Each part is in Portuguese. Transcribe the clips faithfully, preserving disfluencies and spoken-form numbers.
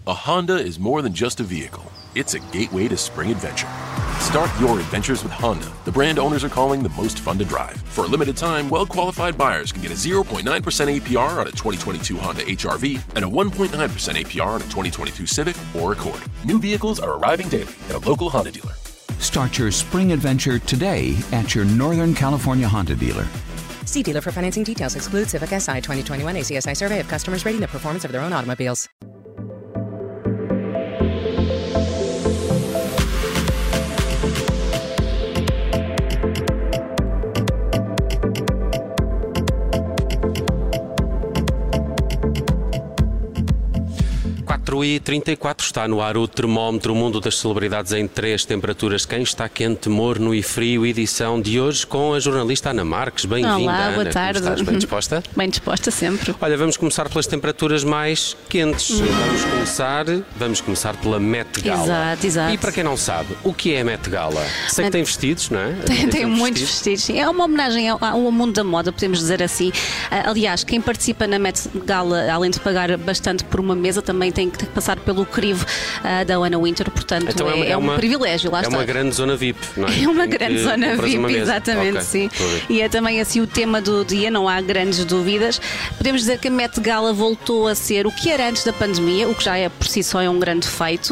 A Honda is more than just a vehicle. It's a gateway to spring adventure. Start your adventures with Honda, the brand owners are calling the most fun to drive. For a limited time, well-qualified buyers can get a zero point nine percent A P R on a twenty twenty-two Honda H R V and a one point nine percent A P R on a twenty twenty-two Civic or Accord. New vehicles are arriving daily at a local Honda dealer. Start your spring adventure today at your Northern California Honda dealer. See dealer for financing details. Exclude Civic S I twenty twenty-one A C S I survey of customers rating the performance of their own automobiles. quatro e trinta e quatro está no ar o termómetro, o mundo das celebridades em três temperaturas. Quem está quente, morno e frio, edição de hoje com a jornalista Ana Marques. Bem-vinda, Olá, Ana. boa tarde. Como estás? Bem disposta? Bem disposta sempre. Olha, vamos começar pelas temperaturas mais quentes. Hum. Vamos começar, vamos começar pela Met Gala. Exato, exato. E para quem não sabe, o que é a Met Gala? Sei Met... que tem vestidos, não é? Tem, tem, tem muitos vestidos. vestidos. É uma homenagem ao, ao mundo da moda, podemos dizer assim. Aliás, quem participa na Met Gala, além de pagar bastante por uma mesa, também tem que passar pelo crivo uh, da Anna Wintour, portanto então é, é, é, uma, um privilégio, lá é está. É uma grande zona V I P, não é? É uma em grande que, zona V I P, exatamente, okay, sim. E é também assim o tema do dia, não há grandes dúvidas. Podemos dizer que a Met Gala voltou a ser o que era antes da pandemia, o que já é por si só é um grande feito, uh,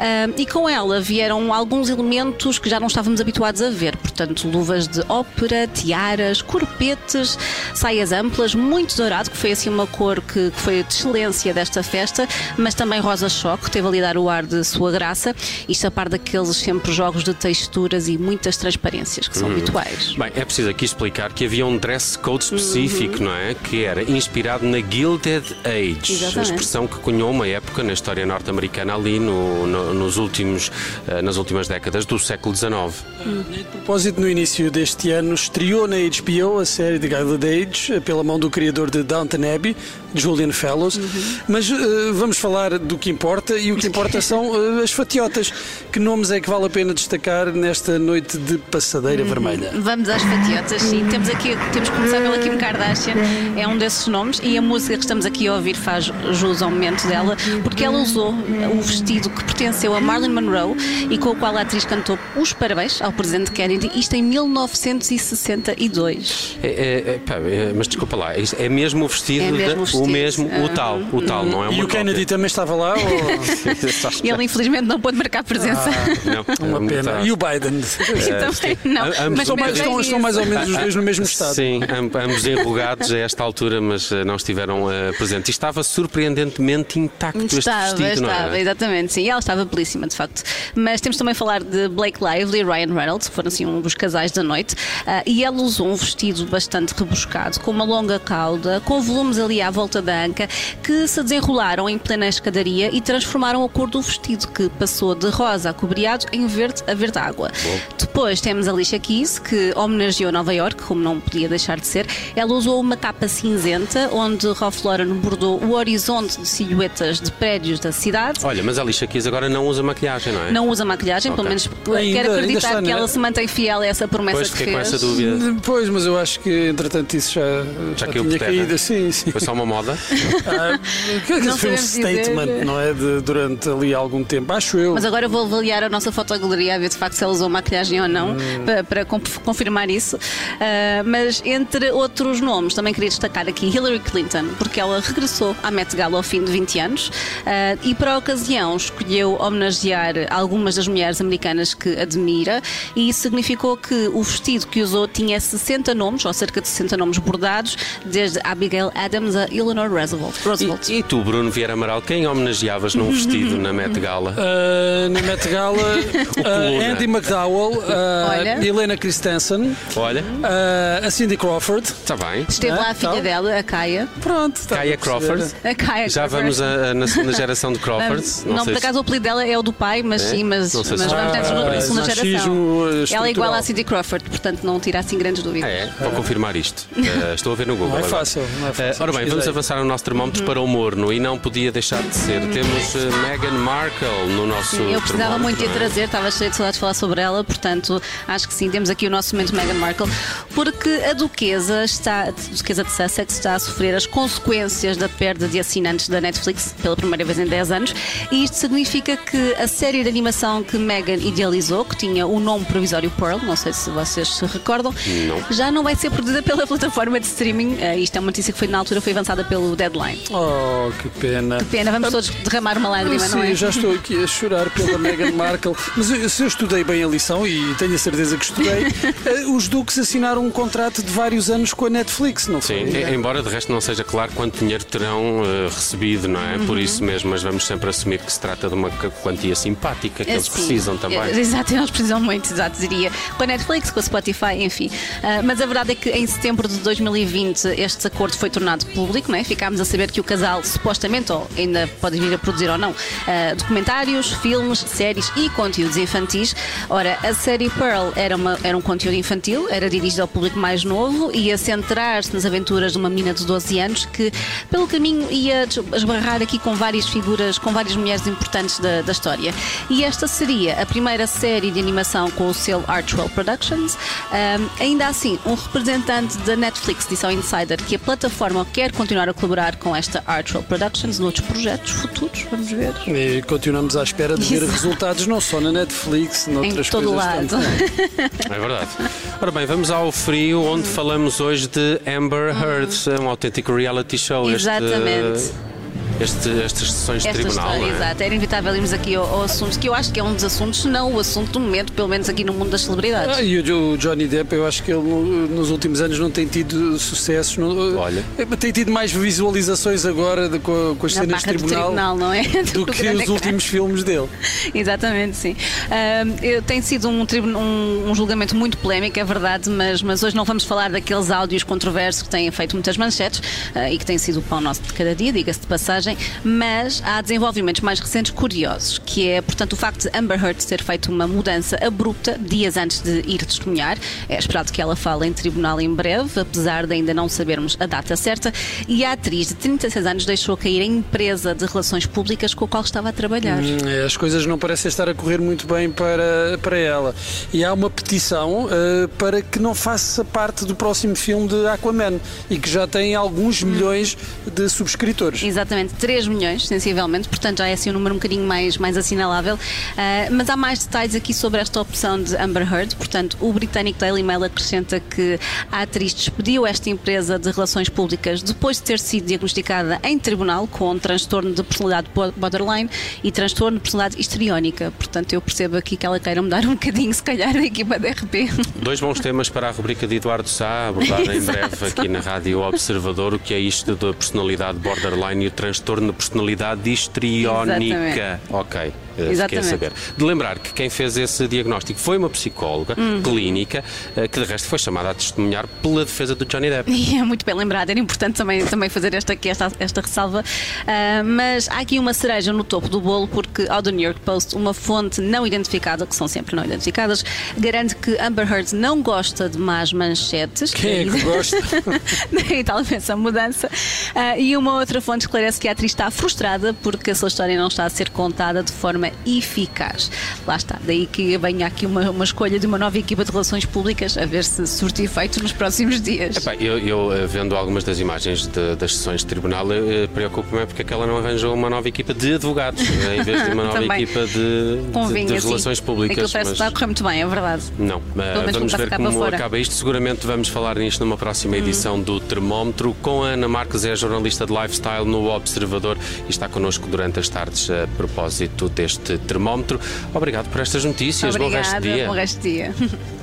e com ela vieram alguns elementos que já não estávamos habituados a ver, portanto luvas de ópera, tiaras, corpetes, saias amplas, muito dourado, que foi assim uma cor que, que foi de excelência desta festa, mas também rosa choque, teve ali a dar o ar de sua graça, isto a par daqueles sempre jogos de texturas e muitas transparências que são uhum. habituais. Bem, é preciso aqui explicar que havia um dress code específico, uhum. não é? Que era inspirado na Gilded Age, exatamente. A expressão que cunhou uma época na história norte-americana ali no, no, nos últimos, uh, nas últimas décadas do século dezenove. Uhum. E de propósito, no início deste ano estreou na H B O a série de Gilded Age pela mão do criador de Downton Abbey, Julian Fellows, uhum. mas uh, vamos falar do que importa, e o que importa são uh, as fatiotas. Que nomes é que vale a pena destacar nesta noite de passadeira uhum. vermelha? Vamos às fatiotas, sim. Temos aqui, temos que começar pela Kim Kardashian, é um desses nomes, e a música que estamos aqui a ouvir faz jus ao momento dela, porque ela usou o vestido que pertenceu a Marilyn Monroe e com o qual a atriz cantou os parabéns ao presidente Kennedy, isto em mil novecentos e sessenta e dois. É, é, é, pá, é, mas desculpa lá, é mesmo o vestido, é mesmo de, o, vestido. o mesmo, o tal, o tal, não é uma E o Kennedy cópia. também estava lá? Ou... Ele infelizmente não pôde marcar presença. Ah, não, uma pena. Tá. E o Biden? Uh, também não. Ambos mas estão, mais, estão, estão mais ou menos os dois no mesmo estado. Sim, ambos enrugados a esta altura, mas não estiveram uh, presentes. E estava surpreendentemente intacto estava, este vestido, estava, não é? Exatamente, sim. E ela estava belíssima, de facto. Mas temos também a falar de Blake Lively e Ryan Reynolds, que foram assim um dos casais da noite. Uh, e ela usou um vestido bastante rebuscado, com uma longa cauda, com volumes ali à volta da anca, que se desenrolaram em plena escadaria e transformaram a cor do vestido, que passou de rosa acobreado em verde a verde água. Bom. Depois temos a Alicia Keys, que homenageou Nova York, como não podia deixar de ser. Ela usou uma capa cinzenta, onde Ralph Lauren bordou o horizonte de silhuetas de prédios da cidade. Olha, mas a Alicia Keys agora não usa maquilhagem, não é? Não usa maquilhagem, okay. Pelo menos ainda, quero acreditar está, que é? ela se mantém fiel a essa promessa pois, que fez. Com essa dúvida. Pois, mas eu acho que entretanto isso já, já, já tinha terra. caído. Sim, sim. Foi só uma moda? Ah, que foi um statement, dizer. Não é? De, durante ali algum tempo, acho eu. Mas agora eu vou avaliar a nossa fotogaleria a ver de facto se ela usou maquilhagem ou não, hum. para, para confirmar isso. Uh, mas entre outros nomes, também queria destacar aqui Hillary Clinton, porque ela regressou à Met Gala ao fim de vinte anos uh, e para a ocasião escolheu homenagear algumas das mulheres americanas que admira, e isso significou que o vestido que usou tinha sessenta nomes, ou cerca de sessenta nomes bordados, desde Abigail Adams a Eleanor Roosevelt. Roosevelt. E, e tu, Bruno Vieira Amaral, quem homenageavas num vestido na Met Gala? Uh, na Met Gala, uh, Andy McDowell, uh, Helena Christensen, Olha. Uh, a Cindy Crawford. Está bem. Esteve lá a filha então. dela, a Kaia. Pronto. Kaia Crawford. A Kaia Já Crawford. vamos a, a, na segunda geração de Crawford. Não, não por acaso o apelido dela é o do pai, mas é? sim, mas, mas vamos ah, na segunda, segunda geração. Ela é igual à Cindy Crawford, portanto não tira assim grandes dúvidas. Ah, é? Vou confirmar isto. Uh, estou a ver no Google. Não é agora. fácil. Não é fácil. Uh, ora bem, vamos avançar o nosso termómetro uhum. para o morno, e não podia deixar de ser. Temos uh, Meghan Markle no nosso sim, eu precisava muito de a trazer, estava cheio de saudades de falar sobre ela, portanto portanto acho que sim, temos aqui o nosso momento Meghan Markle, porque a duquesa, está, a duquesa de Sussex está a sofrer as consequências da perda de assinantes da Netflix pela primeira vez em dez anos, e isto significa que a série de animação que Meghan idealizou, que tinha o nome provisório Pearl, não sei se vocês se recordam, não. já não vai ser produzida pela plataforma de streaming. Uh, isto é uma notícia que foi na altura, foi avançada pelo Deadline. Oh, que pena. Que pena, vamos todos derramar uma lágrima, Sim, não é? já estou aqui a chorar pela Meghan Markle. Mas eu, se eu estudei bem a lição, e tenho a certeza que estudei, os duques assinaram um contrato de vários anos com a Netflix, não foi? Sim, é, embora de resto não seja claro quanto dinheiro terão uh, recebido, não é? Uhum. Por isso mesmo, mas vamos sempre assumir que se trata de uma quantia simpática que é, eles sim. precisam também. É, exato, eles precisam muito, exato, diria. Com a Netflix, com a Spotify, enfim. Uh, mas a verdade é que em setembro de dois mil e vinte este acordo foi tornado público, não é? Ficámos a saber que o casal supostamente, ou ainda pode vir a produzir ou não, uh, documentários, filmes, séries e conteúdos infantis. Ora, a série Pearl era, uma, era um conteúdo infantil, era dirigido ao público mais novo e ia centrar-se nas aventuras de uma menina de doze anos que, pelo caminho, ia esbarrar aqui com várias figuras, com várias mulheres importantes da, da história. E esta seria a primeira série de animação com o selo Archwell Productions. Um, ainda assim, um representante da Netflix disse ao Insider que a plataforma quer continuar a colaborar com esta Archwell Productions noutros projetos futuros, vamos ver. E continuamos à espera de ver Exato. resultados não só na Netflix, noutras em todo coisas lado. também. É verdade. Ora bem, vamos ao frio, onde falamos hoje de Amber Heard, um autêntico reality show. Exatamente. Este... Este, estas sessões de Esta tribunal, história, não é? exato. Era inevitável irmos aqui ao, ao assunto, que eu acho que é um dos assuntos, se não o assunto do momento, pelo menos aqui no mundo das celebridades. Ah, e o Johnny Depp, eu acho que ele nos últimos anos não tem tido sucessos. Não, Olha. Tem tido mais visualizações agora de, com, com as Na cenas de barra tribunal, do tribunal, não é? do que os últimos filmes dele. Exatamente, sim. Uh, tem sido um, um, um julgamento muito polémico, é verdade, mas, mas hoje não vamos falar daqueles áudios controversos que têm feito muitas manchetes uh, e que têm sido o pão nosso de cada dia, diga-se de passagem, mas há desenvolvimentos mais recentes curiosos, que é, portanto, o facto de Amber Heard ter feito uma mudança abrupta dias antes de ir testemunhar. É esperado que ela fale em tribunal em breve, apesar de ainda não sabermos a data certa, e a atriz de trinta e seis anos deixou cair a empresa de relações públicas com a qual estava a trabalhar. Hum, as coisas não parecem estar a correr muito bem para, para ela. E há uma petição uh, para que não faça parte do próximo filme de Aquaman e que já tem alguns milhões de subscritores. Exatamente, três milhões, sensivelmente, portanto já é assim um número um bocadinho mais, mais assinalável. Uh, mas há mais detalhes aqui sobre esta opção de Amber Heard. Portanto, o britânico Daily Mail acrescenta que a atriz despediu esta empresa de relações públicas depois de ter sido diagnosticada em tribunal com transtorno de personalidade borderline e transtorno de personalidade histriónica. Portanto, eu percebo aqui que ela queira mudar um bocadinho, se calhar, a equipa da R P. Dois bons temas para a rubrica de Eduardo Sá, abordada em breve aqui na Rádio Observador, o que é isto da personalidade borderline e o transtorno de personalidade histriónica. Ok. Fiquei a saber. De lembrar que quem fez esse diagnóstico foi uma psicóloga uhum. clínica, que de resto foi chamada a testemunhar pela defesa do Johnny Depp. E é muito bem lembrado, era importante também, também fazer esta, aqui, esta, esta ressalva. Uh, mas há aqui uma cereja no topo do bolo, porque ao The New York Post, uma fonte não identificada, que são sempre não identificadas, garante que Amber Heard não gosta de más manchetes. Quem é que gosta? Daí talvez a mudança. Uh, e uma outra fonte esclarece que a atriz está frustrada porque a sua história não está a ser contada de forma eficaz. Lá está, daí que venha aqui uma, uma escolha de uma nova equipa de relações públicas a ver se surte efeito nos próximos dias. Epá, eu, eu vendo algumas das imagens de, das sessões de tribunal, preocupo-me porque é que ela não arranjou uma nova equipa de advogados em vez de uma nova equipa de, de, de relações sim. públicas. Aquilo parece mas... que está a correr muito bem, é verdade. Não, vamos ver como acaba isto. Seguramente vamos falar nisto numa próxima edição hum. do Termómetro com a Ana Marques, é a jornalista de lifestyle no Observador e está connosco durante as tardes a propósito deste termómetro. Obrigado por estas notícias. Obrigada, bom resto de dia. Bom resto de dia.